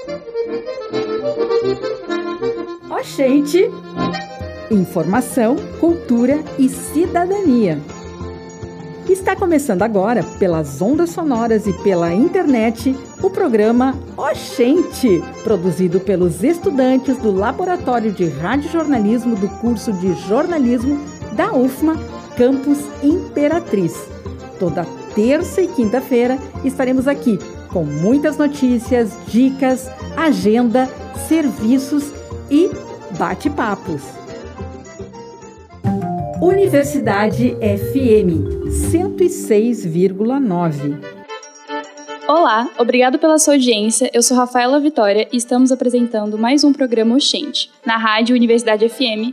Oxente! Informação, cultura e cidadania. Está começando agora, pelas ondas sonoras e pela internet, o programa Oxente, produzido pelos estudantes do Laboratório de Radiojornalismo do curso de Jornalismo da UFMA, Campus Imperatriz. Toda terça e quinta-feira estaremos aqui com muitas notícias, dicas, agenda, serviços e bate-papos. Universidade FM 106,9. Olá, obrigado pela sua audiência. Eu sou Rafaela Vitória e estamos apresentando mais um programa Oxente, na rádio Universidade FM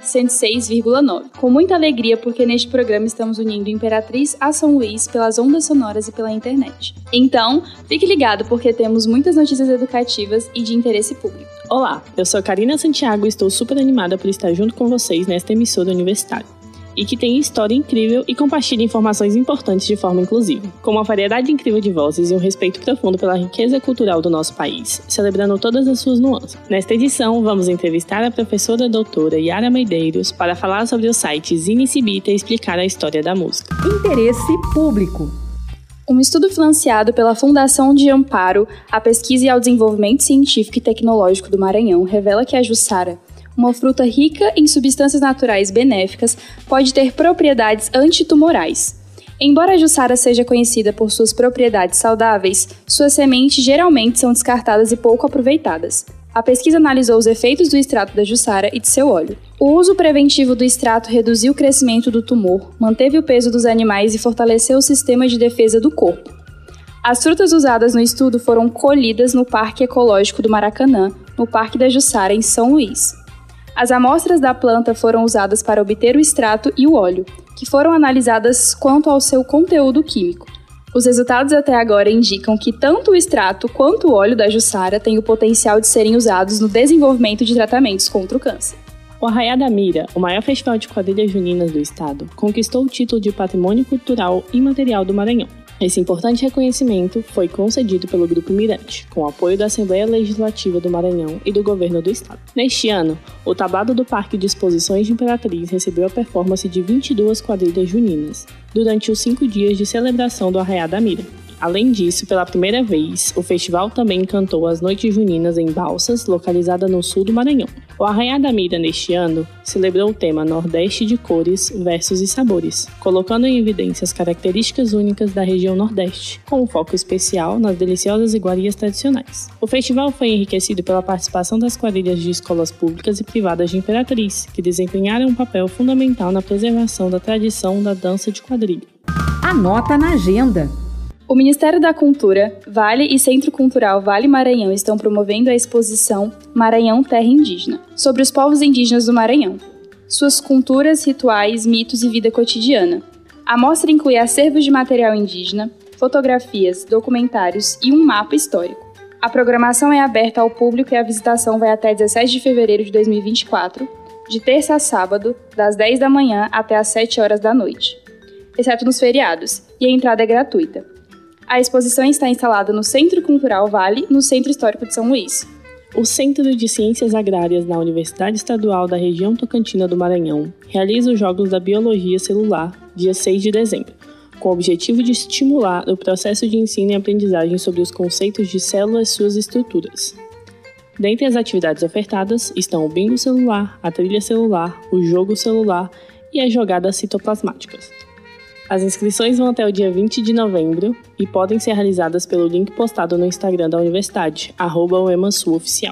106,9. Com muita alegria, porque neste programa estamos unindo Imperatriz a São Luís pelas ondas sonoras e pela internet. Então, fique ligado, porque temos muitas notícias educativas e de interesse público. Olá, eu sou a Karina Santiago e estou super animada por estar junto com vocês nesta emissora universitária, e que tem história incrível e compartilha informações importantes de forma inclusiva, com uma variedade incrível de vozes e um respeito profundo pela riqueza cultural do nosso país, celebrando todas as suas nuances. Nesta edição, vamos entrevistar a professora doutora Yara Medeiros para falar sobre o site Zine Cibita e explicar a história da música. Interesse público. Um estudo financiado pela Fundação de Amparo à Pesquisa e ao Desenvolvimento Científico e Tecnológico do Maranhão revela que a juçara, uma fruta rica em substâncias naturais benéficas, pode ter propriedades antitumorais. Embora a juçara seja conhecida por suas propriedades saudáveis, suas sementes geralmente são descartadas e pouco aproveitadas. A pesquisa analisou os efeitos do extrato da juçara e de seu óleo. O uso preventivo do extrato reduziu o crescimento do tumor, manteve o peso dos animais e fortaleceu o sistema de defesa do corpo. As frutas usadas no estudo foram colhidas no Parque Ecológico do Maracanã, no Parque da Juçara, em São Luís. As amostras da planta foram usadas para obter o extrato e o óleo, que foram analisadas quanto ao seu conteúdo químico. Os resultados até agora indicam que tanto o extrato quanto o óleo da juçara têm o potencial de serem usados no desenvolvimento de tratamentos contra o câncer. O Arraiá da Mira, o maior festival de quadrilhas juninas do estado, conquistou o título de Patrimônio Cultural Imaterial do Maranhão. Esse importante reconhecimento foi concedido pelo Grupo Mirante, com o apoio da Assembleia Legislativa do Maranhão e do Governo do Estado. Neste ano, o tablado do Parque de Exposições de Imperatriz recebeu a performance de 22 quadrilhas juninas, durante os 5 dias de celebração do Arraiá da Mira. Além disso, pela primeira vez, o festival também encantou as noites juninas em Balsas, localizada no sul do Maranhão. O Arraiá da Mira, neste ano, celebrou o tema Nordeste de Cores, Versos e Sabores, colocando em evidência as características únicas da região Nordeste, com um foco especial nas deliciosas iguarias tradicionais. O festival foi enriquecido pela participação das quadrilhas de escolas públicas e privadas de Imperatriz, que desempenharam um papel fundamental na preservação da tradição da dança de quadrilha. Anota na agenda. O Ministério da Cultura, Vale e Centro Cultural Vale Maranhão estão promovendo a exposição Maranhão Terra Indígena, sobre os povos indígenas do Maranhão, suas culturas, rituais, mitos e vida cotidiana. A mostra inclui acervos de material indígena, fotografias, documentários e um mapa histórico. A programação é aberta ao público e a visitação vai até 17 de fevereiro de 2024, de terça a sábado, das 10 da manhã até as 7 horas da noite, exceto nos feriados, e a entrada é gratuita. A exposição está instalada no Centro Cultural Vale, no Centro Histórico de São Luís. O Centro de Ciências Agrárias da Universidade Estadual da Região Tocantina do Maranhão realiza os Jogos da Biologia Celular, dia 6 de dezembro, com o objetivo de estimular o processo de ensino e aprendizagem sobre os conceitos de células e suas estruturas. Dentre as atividades ofertadas estão o bingo celular, a trilha celular, o jogo celular e as jogadas citoplasmáticas. As inscrições vão até o dia 20 de novembro e podem ser realizadas pelo link postado no Instagram da universidade, @uemansuoficial.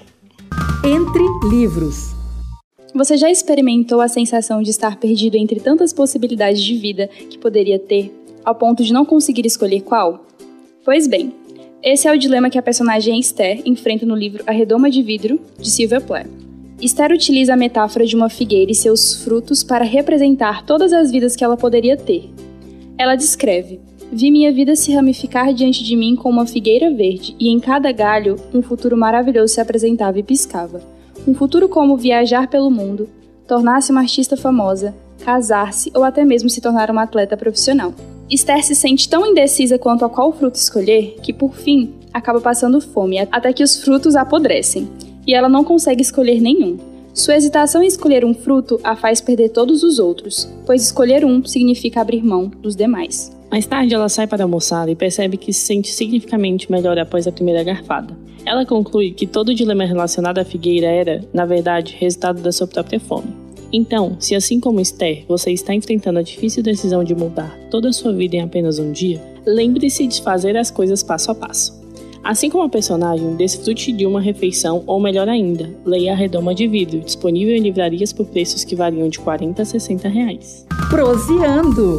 Entre livros. Você já experimentou a sensação de estar perdido entre tantas possibilidades de vida que poderia ter, ao ponto de não conseguir escolher qual? Pois bem, esse é o dilema que a personagem Esther enfrenta no livro A Redoma de Vidro, de Sylvia Plath. Esther utiliza a metáfora de uma figueira e seus frutos para representar todas as vidas que ela poderia ter. Ela descreve: vi minha vida se ramificar diante de mim como uma figueira verde, e em cada galho um futuro maravilhoso se apresentava e piscava. Um futuro como viajar pelo mundo, tornar-se uma artista famosa, casar-se ou até mesmo se tornar uma atleta profissional. Esther se sente tão indecisa quanto a qual fruto escolher que, por fim, acaba passando fome até que os frutos apodrecem, e ela não consegue escolher nenhum. Sua hesitação em escolher um fruto a faz perder todos os outros, pois escolher um significa abrir mão dos demais. Mais tarde, ela sai para almoçar e percebe que se sente significativamente melhor após a primeira garfada. Ela conclui que todo o dilema relacionado à figueira era, na verdade, resultado da sua própria fome. Então, se assim como Esther, você está enfrentando a difícil decisão de mudar toda a sua vida em apenas um dia, lembre-se de fazer as coisas passo a passo. Assim como a personagem, desfrute de uma refeição, ou melhor ainda, leia A Redoma de Vidro, disponível em livrarias por preços que variam de R$40 a R$60. Proseando!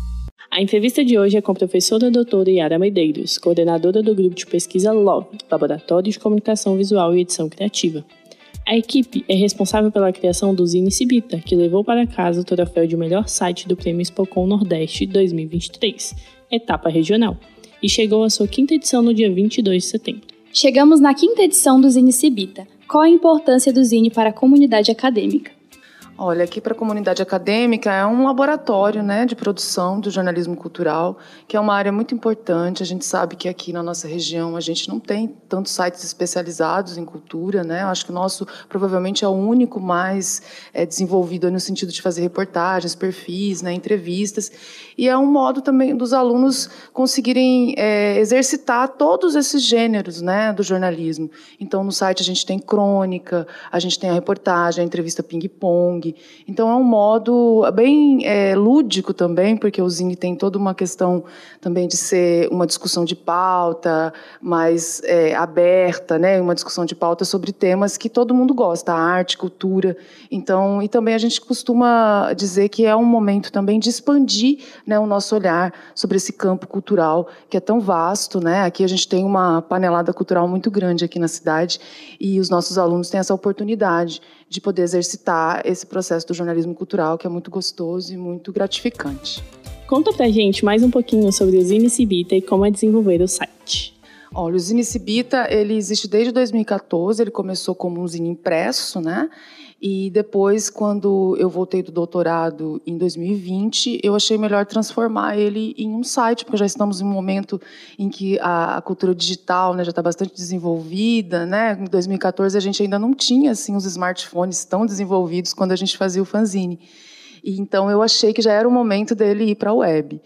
A entrevista de hoje é com a professora doutora Yara Medeiros, coordenadora do grupo de pesquisa LOVE, Laboratório de Comunicação Visual e Edição Criativa. A equipe é responsável pela criação do Zine Cibita, que levou para casa o troféu de melhor site do Prêmio Spocon Nordeste 2023, etapa regional, e chegou à sua 5ª edição no dia 22 de setembro. Chegamos na 5ª edição do Zine Cibita. Qual a importância do Zine para a comunidade acadêmica? Olha, aqui para a comunidade acadêmica é um laboratório, né, de produção do jornalismo cultural, que é uma área muito importante. A gente sabe que aqui na nossa região a gente não tem tantos sites especializados em cultura, né? Eu acho que o nosso provavelmente é o único mais desenvolvido no sentido de fazer reportagens, perfis, né, entrevistas. E é um modo também dos alunos conseguirem exercitar todos esses gêneros, né, do jornalismo. Então, no site a gente tem crônica, a gente tem a reportagem, a entrevista ping-pong. Então, é um modo bem lúdico também, porque o Zine tem toda uma questão também de ser uma discussão de pauta mais aberta, né? Uma discussão de pauta sobre temas que todo mundo gosta, arte, cultura. Então, e também a gente costuma dizer que é um momento também de expandir, né, o nosso olhar sobre esse campo cultural, que é tão vasto, né? Aqui a gente tem uma panelada cultural muito grande aqui na cidade, e os nossos alunos têm essa oportunidade de poder exercitar esse processo do jornalismo cultural, que é muito gostoso e muito gratificante. Conta pra gente mais um pouquinho sobre o Zine Cibita e como é desenvolver o site. Olha, o Zine Cibita, ele existe desde 2014, ele começou como um zine impresso, né? E depois, quando eu voltei do doutorado em 2020, eu achei melhor transformar ele em um site, porque já estamos em um momento em que a cultura digital, né, já está bastante desenvolvida, né? Em 2014 a gente ainda não tinha assim os smartphones tão desenvolvidos quando a gente fazia o fanzine. E então eu achei que já era o momento dele ir para a web.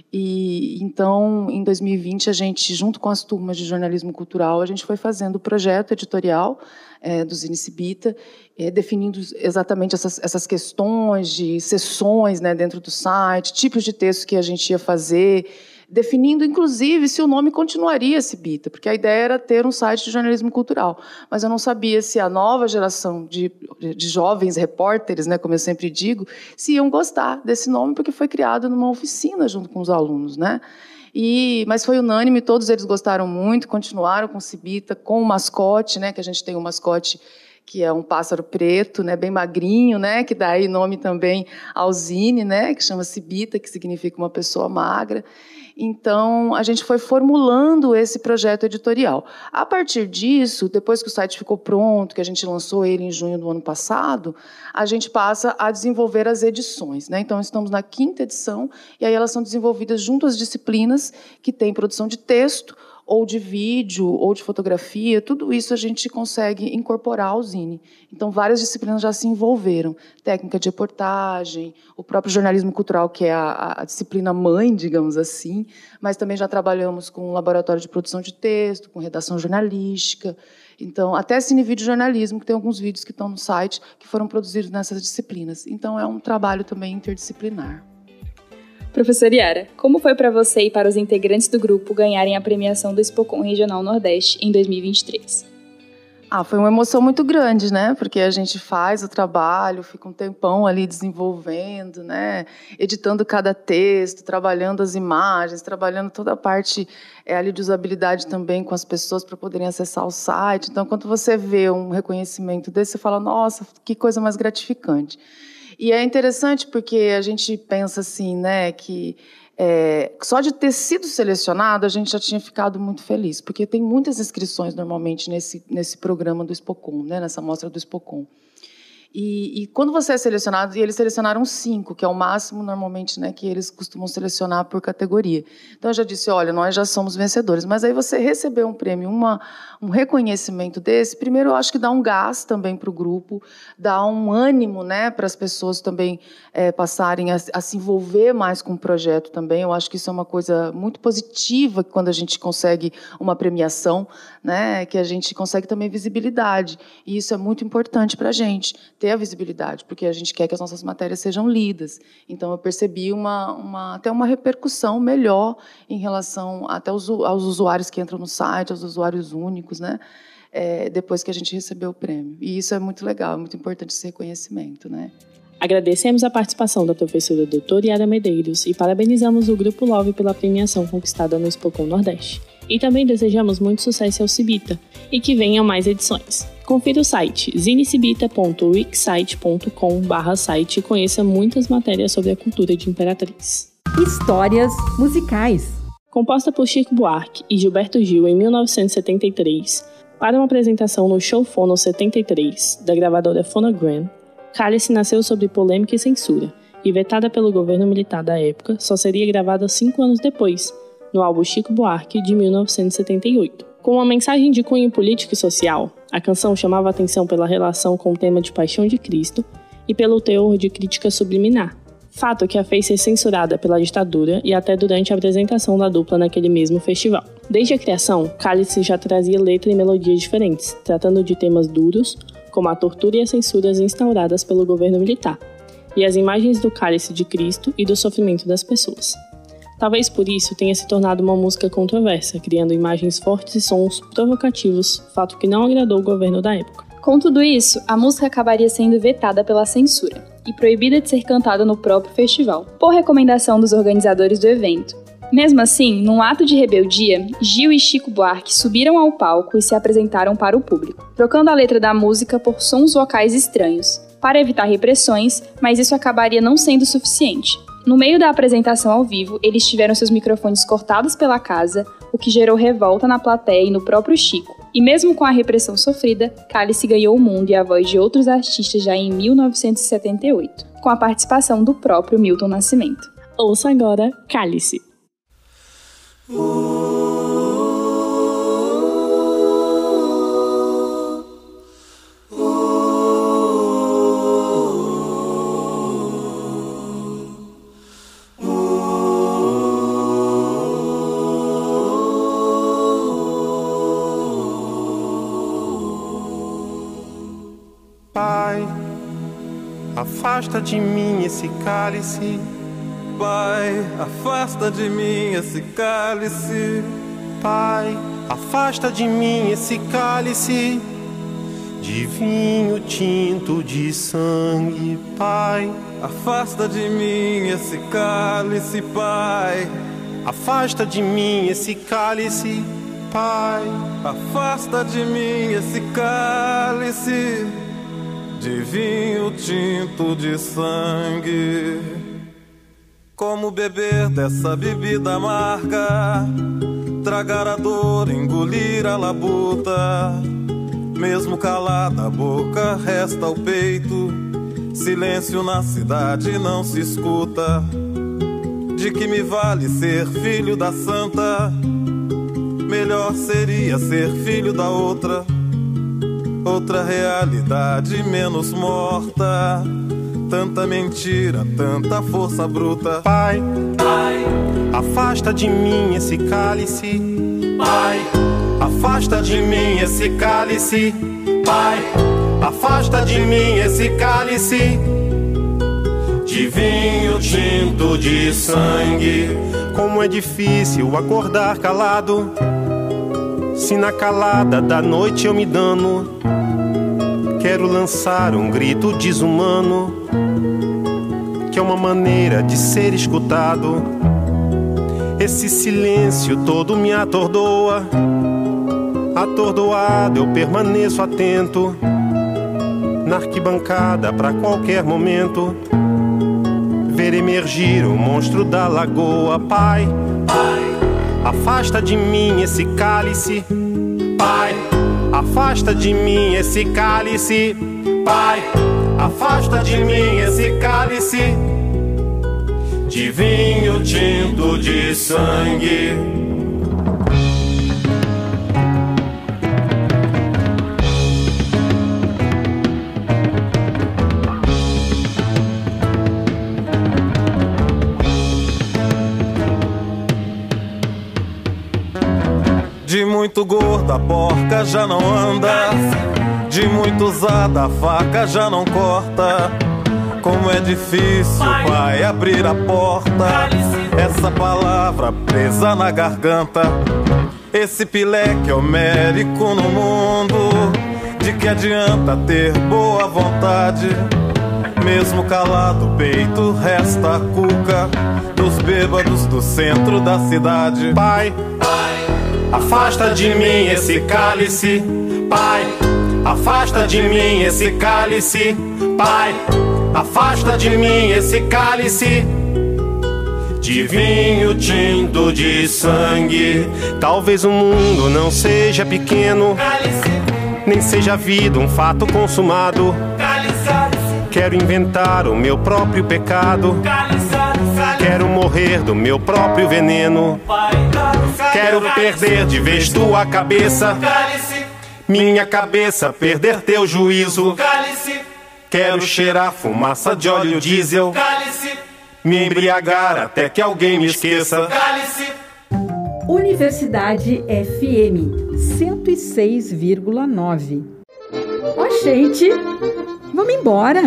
E então, em 2020, a gente, junto com as turmas de jornalismo cultural, a gente foi fazendo o projeto editorial do Zine Cibita, definindo exatamente essas questões de sessões, né, dentro do site, tipos de texto que a gente ia fazer, definindo, inclusive, se o nome continuaria Cibita, porque a ideia era ter um site de jornalismo cultural. Mas eu não sabia se a nova geração de jovens repórteres, né, como eu sempre digo, se iam gostar desse nome, porque foi criado numa oficina junto com os alunos, né? Mas foi unânime, todos eles gostaram muito, continuaram com Cibita, com o mascote, né, que a gente tem um mascote que é um pássaro preto, né, bem magrinho, né, que dá aí nome também ao Zine, né, que chama Cibita, que significa uma pessoa magra. Então, a gente foi formulando esse projeto editorial. A partir disso, depois que o site ficou pronto, que a gente lançou ele em junho do ano passado, a gente passa a desenvolver as edições, né? Então, estamos na 5ª edição, e aí elas são desenvolvidas junto às disciplinas que têm produção de texto, ou de vídeo, ou de fotografia, tudo isso a gente consegue incorporar ao Zine. Então, várias disciplinas já se envolveram. Técnica de reportagem, o próprio jornalismo cultural, que é a disciplina mãe, digamos assim, mas também já trabalhamos com laboratório de produção de texto, com redação jornalística. Então, até cinevídeo jornalismo, que tem alguns vídeos que estão no site, que foram produzidos nessas disciplinas. Então, é um trabalho também interdisciplinar. Professora Yara, como foi para você e para os integrantes do grupo ganharem a premiação do Spocon Regional Nordeste em 2023? Foi uma emoção muito grande, né? Porque a gente faz o trabalho, fica um tempão ali desenvolvendo, né? Editando cada texto, trabalhando as imagens, trabalhando toda a parte ali de usabilidade também com as pessoas para poderem acessar o site. Então, quando você vê um reconhecimento desse, você fala, nossa, que coisa mais gratificante. E é interessante porque a gente pensa assim, né, que só de ter sido selecionado a gente já tinha ficado muito feliz, porque tem muitas inscrições normalmente nesse programa do Spocon, né, nessa mostra do Spocon. E quando você é selecionado, e eles selecionaram 5, que é o máximo normalmente, né, que eles costumam selecionar por categoria. Então eu já disse, olha, nós já somos vencedores. Mas aí você receber um prêmio, um reconhecimento desse, primeiro eu acho que dá um gás também para o grupo, dá um ânimo, né, para as pessoas também passarem a se envolver mais com o projeto também. Eu acho que isso é uma coisa muito positiva quando a gente consegue uma premiação, né, que a gente consegue também visibilidade. E isso é muito importante para a gente, ter a visibilidade, porque a gente quer que as nossas matérias sejam lidas. Então, eu percebi até uma repercussão melhor em relação até aos usuários que entram no site, aos usuários únicos, né? Depois que a gente recebeu o prêmio. E isso é muito legal, é muito importante esse reconhecimento, né? Agradecemos a participação da professora doutora Yara Medeiros e parabenizamos o Grupo Love pela premiação conquistada no Expocom Nordeste. E também desejamos muito sucesso ao Cibita e que venham mais edições. Confira o site zinecibita.wixsite.com/site e conheça muitas matérias sobre a cultura de Imperatriz. Histórias musicais. Composta por Chico Buarque e Gilberto Gil em 1973, para uma apresentação no Show Fono 73, da gravadora Phonogram, Cálice nasceu sob polêmica e censura, e vetada pelo governo militar da época, só seria gravada 5 anos depois, no álbum Chico Buarque, de 1978. Com uma mensagem de cunho político e social, a canção chamava a atenção pela relação com o tema de Paixão de Cristo e pelo teor de crítica subliminar, fato que a fez ser censurada pela ditadura e até durante a apresentação da dupla naquele mesmo festival. Desde a criação, Cálice já trazia letra e melodias diferentes, tratando de temas duros, como a tortura e as censuras instauradas pelo governo militar, e as imagens do cálice de Cristo e do sofrimento das pessoas. Talvez por isso tenha se tornado uma música controversa, criando imagens fortes e sons provocativos, fato que não agradou o governo da época. Com tudo isso, a música acabaria sendo vetada pela censura e proibida de ser cantada no próprio festival, por recomendação dos organizadores do evento. Mesmo assim, num ato de rebeldia, Gil e Chico Buarque subiram ao palco e se apresentaram para o público, trocando a letra da música por sons vocais estranhos, para evitar repressões, mas isso acabaria não sendo suficiente. No meio da apresentação ao vivo, eles tiveram seus microfones cortados pela casa, o que gerou revolta na plateia e no próprio Chico. E mesmo com a repressão sofrida, Cálice ganhou o mundo e a voz de outros artistas já em 1978, com a participação do próprio Milton Nascimento. Ouça agora Cálice. Pai, afasta de mim esse cálice. Pai, afasta de mim esse cálice. Pai, afasta de mim esse cálice de vinho tinto de sangue. Pai, afasta de mim esse cálice, Pai. Afasta de mim esse cálice, Pai. Afasta de mim esse cálice de vinho tinto de sangue. Como beber dessa bebida amarga, tragar a dor, engolir a labuta. Mesmo calada a boca, resta o peito. Silêncio na cidade não se escuta. De que me vale ser filho da santa? Melhor seria ser filho da outra. Outra realidade menos morta. Tanta mentira, tanta força bruta. Pai, Pai, afasta de mim esse cálice. Pai, afasta de mim esse cálice. Pai, afasta de mim esse cálice de vinho tinto de sangue. Como é difícil acordar calado, se na calada da noite eu me dano. Quero lançar um grito desumano, que é uma maneira de ser escutado. Esse silêncio todo me atordoa. Atordoado eu permaneço atento, na arquibancada pra qualquer momento ver emergir o monstro da lagoa. Pai, Pai, afasta de mim esse cálice. Pai, afasta de mim esse cálice. Pai, afasta de mim esse cálice de vinho tinto de sangue. De muito gorda a porca já não anda, de muito usada a faca já não corta. Como é difícil, pai, abrir a porta. Essa palavra presa na garganta. Esse pileque homérico no mundo. De que adianta ter boa vontade? Mesmo calado o peito resta a cuca dos bêbados do centro da cidade. Pai, afasta de mim esse cálice. Pai, afasta de mim esse cálice. Pai, afasta de mim esse cálice de vinho tinto de sangue. Talvez o mundo não seja pequeno, nem seja a vida um fato consumado. Quero inventar o meu próprio pecado. Quero morrer do meu próprio veneno. Quero perder de vez tua cabeça, minha cabeça perder teu juízo. Quero cheirar fumaça de óleo diesel, me embriagar até que alguém me esqueça. Universidade FM 106,9. Ó, gente, vamos embora!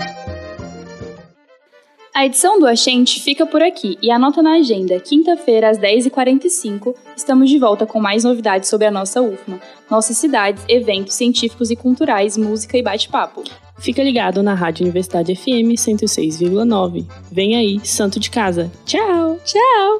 A edição do Oxente fica por aqui e anota na agenda, quinta-feira às 10h45, estamos de volta com mais novidades sobre a nossa UFMA, nossas cidades, eventos científicos e culturais, música e bate-papo. Fica ligado na Rádio Universidade FM 106,9. Vem aí, santo de casa. Tchau! Tchau!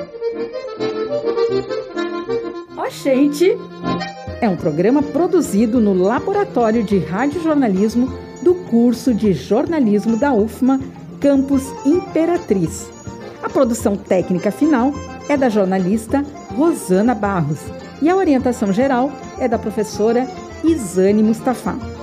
Ó, gente, é um programa produzido no Laboratório de Radiojornalismo do curso de jornalismo da UFMA, Campus Imperatriz. A produção técnica final é da jornalista Rosana Barros e a orientação geral é da professora Isane Mustafa.